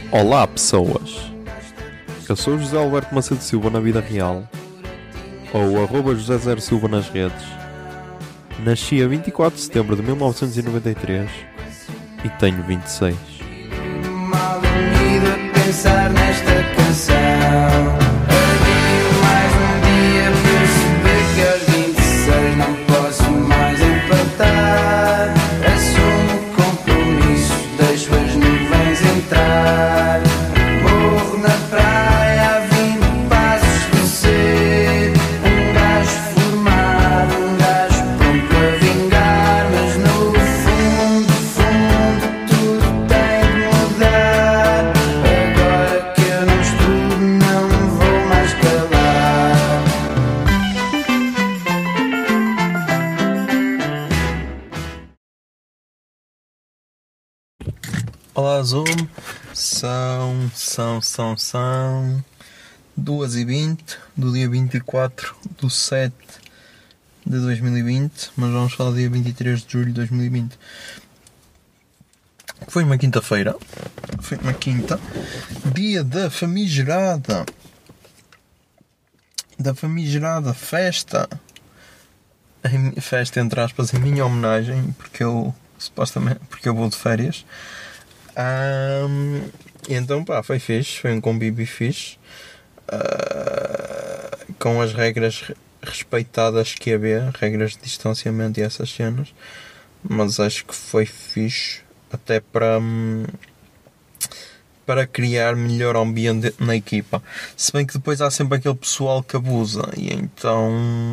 Olá, pessoas! Eu sou José Alberto Macedo Silva na vida real, ou José Zero Silva nas redes. Nasci a 24 de setembro de 1993 e tenho 26. Mal unido a pensar nesta canção. Havia mais um dia, perceber que aos 26 não posso mais empatar. Assumo o compromisso, deixo as nuvens entrar. Morro na praia a 20 passos de ser um gajo formado, um gajo pronto a vingar. Mas no fundo, tudo tem de mudar. Agora que eu não estudo, não me vou mais calar. Olá Zoom, são 2h20 do dia 24 de 7 de 2020, mas vamos falar do dia 23 de julho de 2020. Foi uma quinta-feira, dia da famigerada festa entre aspas, em minha homenagem, porque eu vou de férias. Então foi fixe, foi um convívio fixe, com as regras respeitadas que havia, regras de distanciamento e essas cenas, mas acho que foi fixe até para criar melhor ambiente na equipa, se bem que depois há sempre aquele pessoal que abusa, e então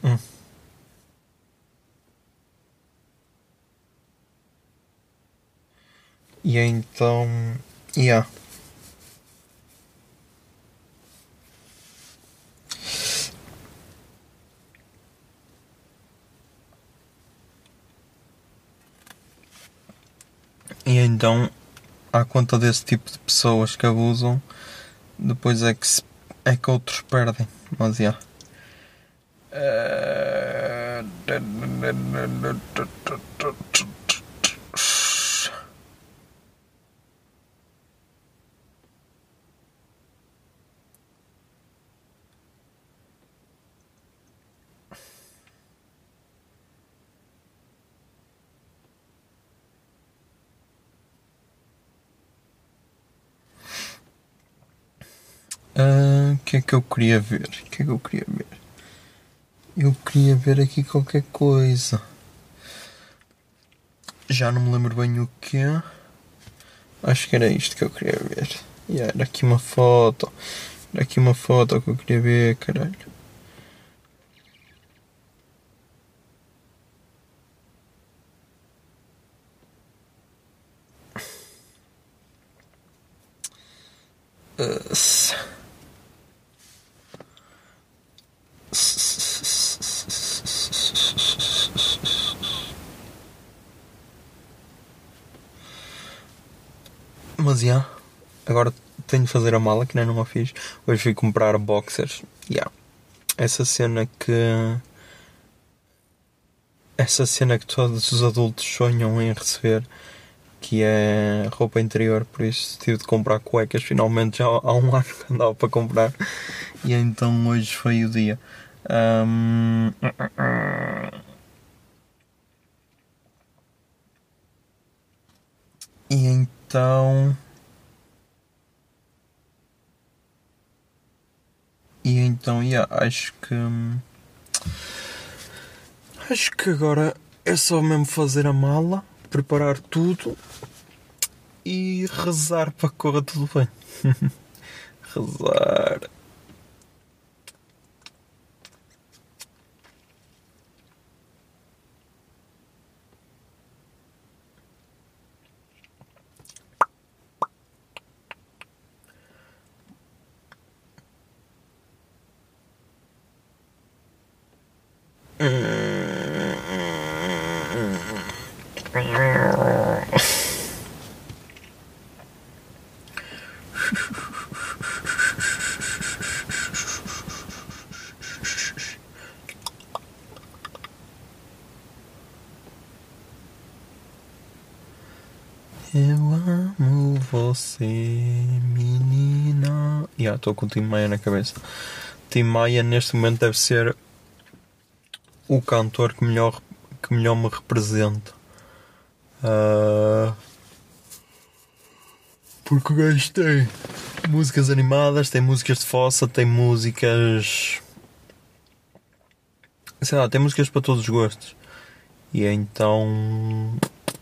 yeah. E então, à conta desse tipo de pessoas que abusam, depois é que outros perdem, mas yeah. O que é que eu queria ver? Eu queria ver aqui qualquer coisa. Já não me lembro bem o que é. Acho que era isto que eu queria ver. Era aqui uma foto. Que eu queria ver, caralho. Mas agora tenho de fazer a mala, que ainda não a fiz. Hoje fui comprar boxers. Essa cena que todos os adultos sonham em receber, que é roupa interior. Por isso tive de comprar cuecas. Finalmente, já há um ano que andava para comprar, e então hoje foi o dia. Acho que agora é só mesmo fazer a mala, preparar tudo e rezar para que corra tudo bem. Rezar. Eu amo você, menina. Estou com o Tim Maia na cabeça. Tim Maia neste momento deve ser o cantor que melhor me representa. Porque o gajo tem músicas animadas, tem músicas de fossa, tem músicas... sei lá, tem músicas para todos os gostos. E então,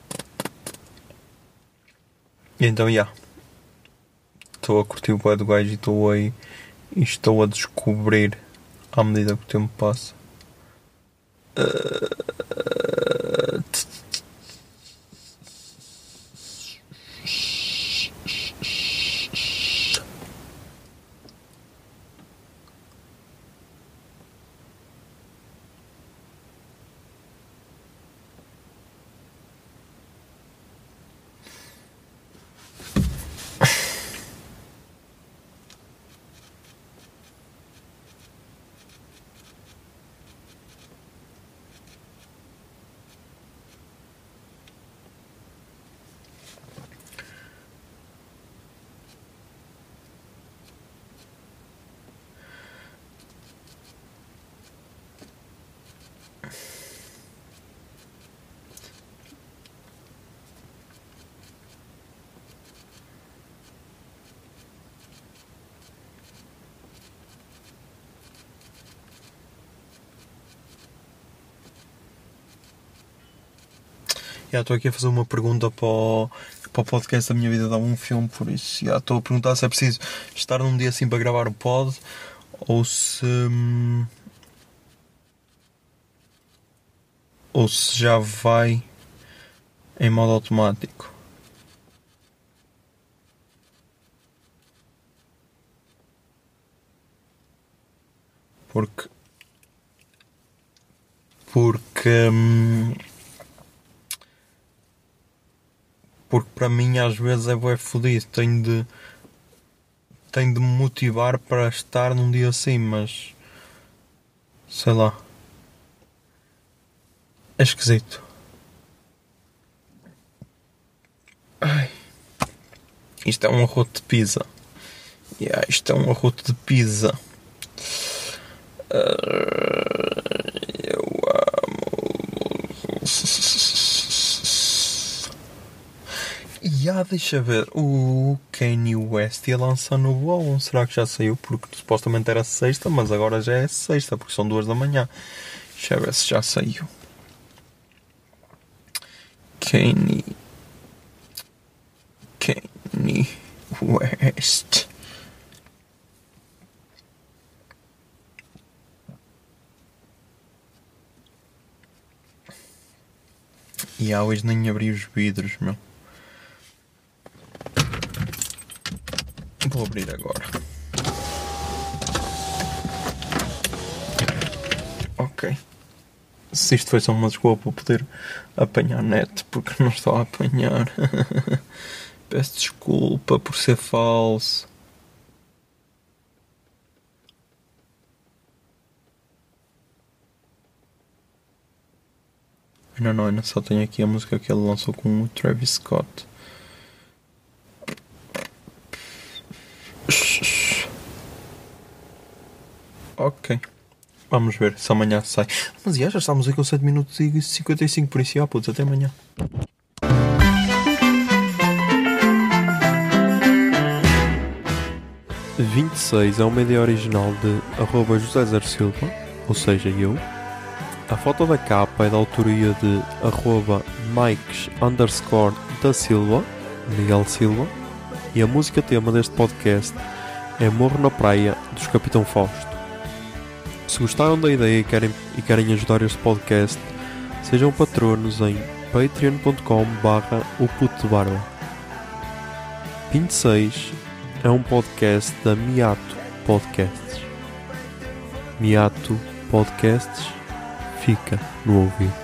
estou a curtir o bué do gajo e estou a descobrir à medida que o tempo passa. Estou aqui a fazer uma pergunta para o podcast da minha vida dá um filme, por isso estou a perguntar se é preciso estar num dia assim para gravar o pod ou se já vai em modo automático. Porque para mim às vezes é bué fodido, tenho de me motivar para estar num dia assim, mas sei lá, é esquisito. Ai. Isto é um arroto de pizza. Isto é um arroto de pizza. Eu amo. Deixa ver. O Kanye West ia lançar novo álbum. Será que já saiu? Porque supostamente era sexta, mas agora já é sexta, porque são 2 da manhã. Deixa ver se já saiu. Kanye West. Hoje nem abri os vidros, meu. Vou abrir agora. Ok. Se isto foi só uma desculpa para poder apanhar net, porque não estou a apanhar. Peço desculpa por ser falso. Não, ainda só tenho aqui a música que ele lançou com o Travis Scott. Ok. Vamos ver se amanhã sai. Mas já estamos aí com 7 minutos e 55, por isso putz, até amanhã. 26 é uma ideia original de @José Zer Silva, ou seja, eu. A foto da capa é da autoria de @Mikes_da Silva, Miguel Silva, e a música tema deste podcast é Morro na Praia, dos Capitão Fausto. Se gostaram da ideia e querem ajudar este podcast, sejam patronos em patreon.com/oputdebarba. 26 é um podcast da Miato Podcasts. Miato Podcasts fica no ouvido.